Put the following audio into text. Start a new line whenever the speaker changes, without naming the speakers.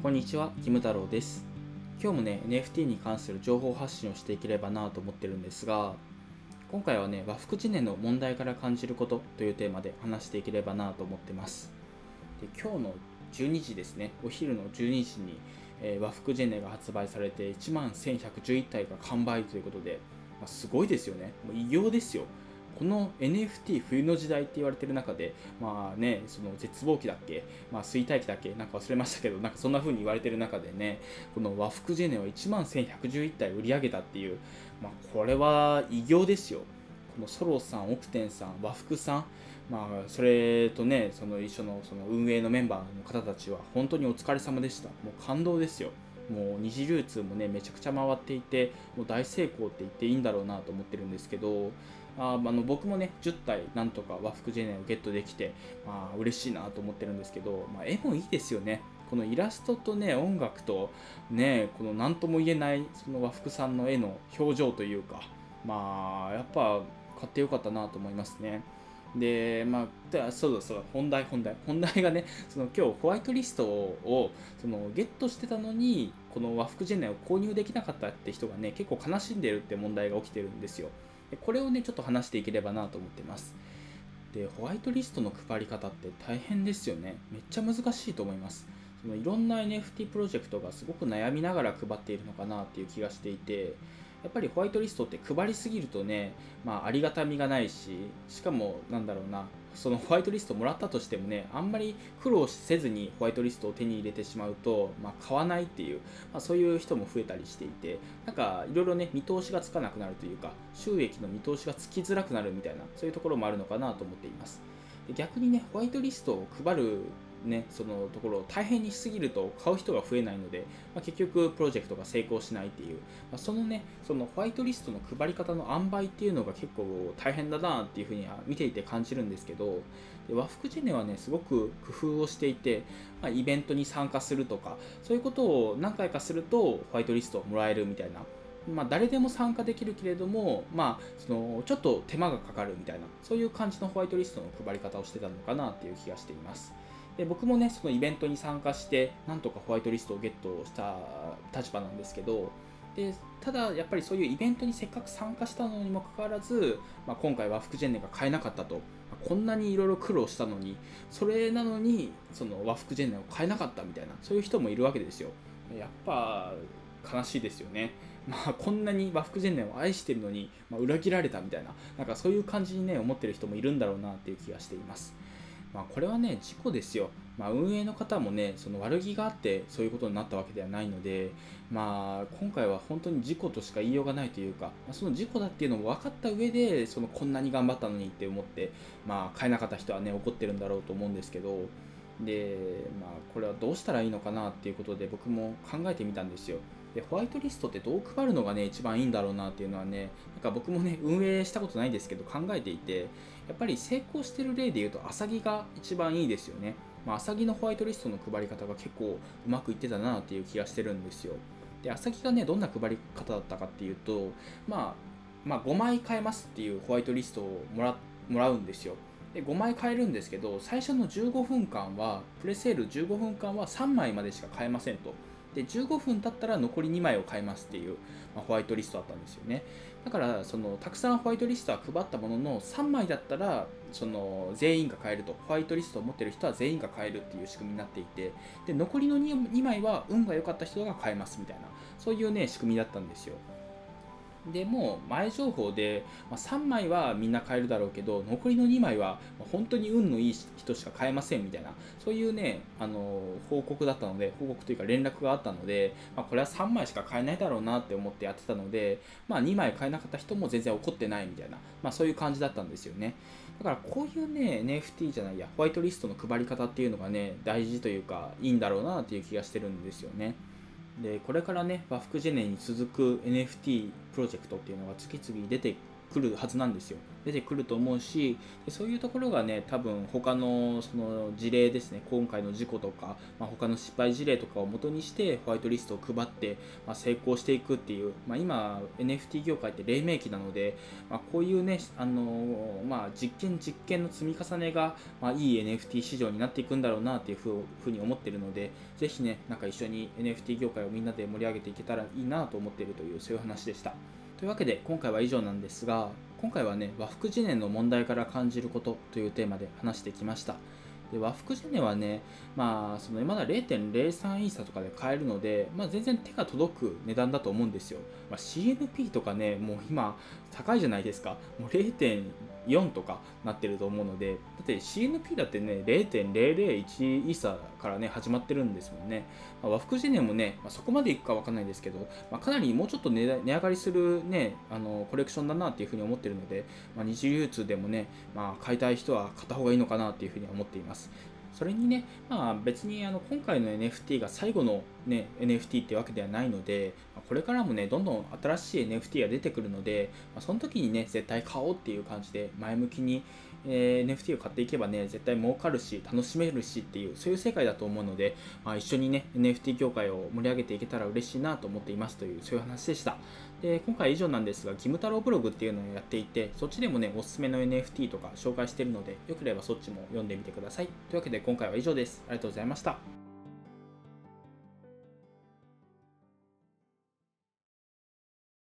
こんにちは、キム太郎です。今日もね、NFT に関する情報発信をしていければなと思ってるんですが、今回はね、和服ジェネの問題から感じることというテーマで話していければなと思ってます。で、今日の12時ですね、お昼の12時に、和服ジェネが発売されて1万1111体が完売ということで、すごいですよね。もう異様ですよ。この NFT 冬の時代って言われてる中で、その絶望期だっけ、衰退期だっけ、なんか忘れましたけど、なんかそんな風に言われてる中でね、この和服ジェネは1万1111体売り上げたっていう、これは偉業ですよ。このソロさん、奥天さん、和服さん、それとね、その一緒のその運営のメンバーの方たちは本当にお疲れ様でした。もう感動ですよ。もう二次流通もね、めちゃくちゃ回っていて、もう大成功って言っていいんだろうなと思ってるんですけど、僕もね、10体なんとか和服ジェネをゲットできて、嬉しいなと思ってるんですけど、絵もいいですよね。このイラストとね、音楽とね、この何とも言えないその和服さんの絵の表情というか、やっぱ買ってよかったなと思いますね。で、そうだ、本題がね、その今日ホワイトリストをそのゲットしてたのに、この和服ジェネを購入できなかったって人がね、結構悲しんでるって問題が起きてるんですよ。でこれをね、ちょっと話していければなと思ってます。で、ホワイトリストの配り方って大変ですよね。めっちゃ難しいと思います。そのいろんな NFT プロジェクトがすごく悩みながら配っているのかなっていう気がしていて、やっぱりホワイトリストって配りすぎるとね、ありがたみがないし、しかもそのホワイトリストもらったとしてもね、あんまり苦労せずにホワイトリストを手に入れてしまうと、買わないっていう、そういう人も増えたりしていて、なんかいろいろね、見通しがつかなくなるというか、収益の見通しがつきづらくなるみたいな、そういうところもあるのかなと思っています。で逆にね、ホワイトリストを配るね、そのところを大変にしすぎると買う人が増えないので、結局プロジェクトが成功しないっていう、そのホワイトリストの配り方の塩梅っていうのが結構大変だなっていうふうには見ていて感じるんですけど、で和服ジェネはね、すごく工夫をしていて、イベントに参加するとか、そういうことを何回かするとホワイトリストをもらえるみたいな、誰でも参加できるけれども、そのちょっと手間がかかるみたいな、そういう感じのホワイトリストの配り方をしてたのかなっていう気がしています。で僕もね、そのイベントに参加してなんとかホワイトリストをゲットした立場なんですけど、ただやっぱりそういうイベントにせっかく参加したのにもかかわらず、今回和服ジェネが買えなかったと、こんなにいろいろ苦労したのに、それなのにその和服ジェネを買えなかったみたいな、そういう人もいるわけですよ。やっぱ悲しいですよね。こんなに和服ジェネを愛してるのに、裏切られたみたいな、なんかそういう感じにね、思ってる人もいるんだろうなっていう気がしています。これはね、事故ですよ。運営の方もね、その悪気があってそういうことになったわけではないので、今回は本当に事故としか言いようがないというか、その事故だっていうのも分かった上で、こんなに頑張ったのにって思って、買えなかった人はね、怒ってるんだろうと思うんですけど、で、これはどうしたらいいのかなっていうことで僕も考えてみたんですよ。でホワイトリストってどう配るのがね一番いいんだろうなっていうのはね、なんか僕もね運営したことないですけど考えていて、やっぱり成功してる例で言うとアサギが一番いいですよね。アサギのホワイトリストの配り方が結構うまくいってたなっていう気がしてるんですよ。でアサギがねどんな配り方だったかっていうと、5枚買えますっていうホワイトリストをもらうんですよ。で5枚買えるんですけど、最初の15分間はプレセール15分間は3枚までしか買えませんと。で15分経ったら残り2枚を買いますっていう、ホワイトリストだったんですよね。だからたくさんホワイトリストは配ったものの3枚だったら全員が買えると、ホワイトリストを持っている人は全員が買えるっていう仕組みになっていて、で残りの 2枚は運が良かった人が買えますみたいな、そういうね仕組みだったんですよ。でも前情報で、3枚はみんな買えるだろうけど残りの2枚は本当に運のいい人しか買えませんみたいな、そういうね報告だったので、報告というか連絡があったので、これは3枚しか買えないだろうなって思ってやってたので、2枚買えなかった人も全然怒ってないみたいな、そういう感じだったんですよね。だからこういうね NFT じゃないやホワイトリストの配り方っていうのがね大事というかいいんだろうなっていう気がしてるんですよね。でこれからね和服ジェネに続く NFT プロジェクトっていうのが次々出てくるはずなんですよ。 出てくると思うし、そういうところがね多分他のその事例ですね、今回の事故とか、他の失敗事例とかを元にしてホワイトリストを配って、成功していくっていう、今 NFT 業界って黎明期なので、こういうね実験の積み重ねが、いい NFT 市場になっていくんだろうなっていうふうに思ってるので、ぜひねなんか一緒に NFT 業界をみんなで盛り上げていけたらいいなと思っているという、そういう話でした。というわけで今回は以上なんですが、今回はね和服ジェネの問題から感じることというテーマで話してきました。で和服ジェネはね、そのまだ0.03イーサとかで買えるので、全然手が届く値段だと思うんですよ。CNP とかね、もう今高いじゃないですか。もう0.4とかなってると思うので、だって CNP だってね、0.001イーサからね、始まってるんですもんね。和服ジェネもね、そこまでいくかわかんないですけど、かなりもうちょっと値上がりするね、コレクションだなっていうふうに思ってるので、二次流通でもね、買いたい人は買った方がいいのかなっていうふうに思っています。それにね、別に今回の NFT が最後の、ね、NFT ってわけではないので、これからもね、どんどん新しい NFT が出てくるので、その時にね、絶対買おうっていう感じで前向きに、NFT を買っていけばね、絶対儲かるし、楽しめるしっていう、そういう世界だと思うので、一緒にね、NFT 業界を盛り上げていけたら嬉しいなと思っていますという、そういう話でした。で、今回は以上なんですが、キム太郎ブログっていうのをやっていて、そっちでもね、おすすめの NFT とか紹介しているので、よければそっちも読んでみてください。というわけで今回は以上です。ありがとうございました。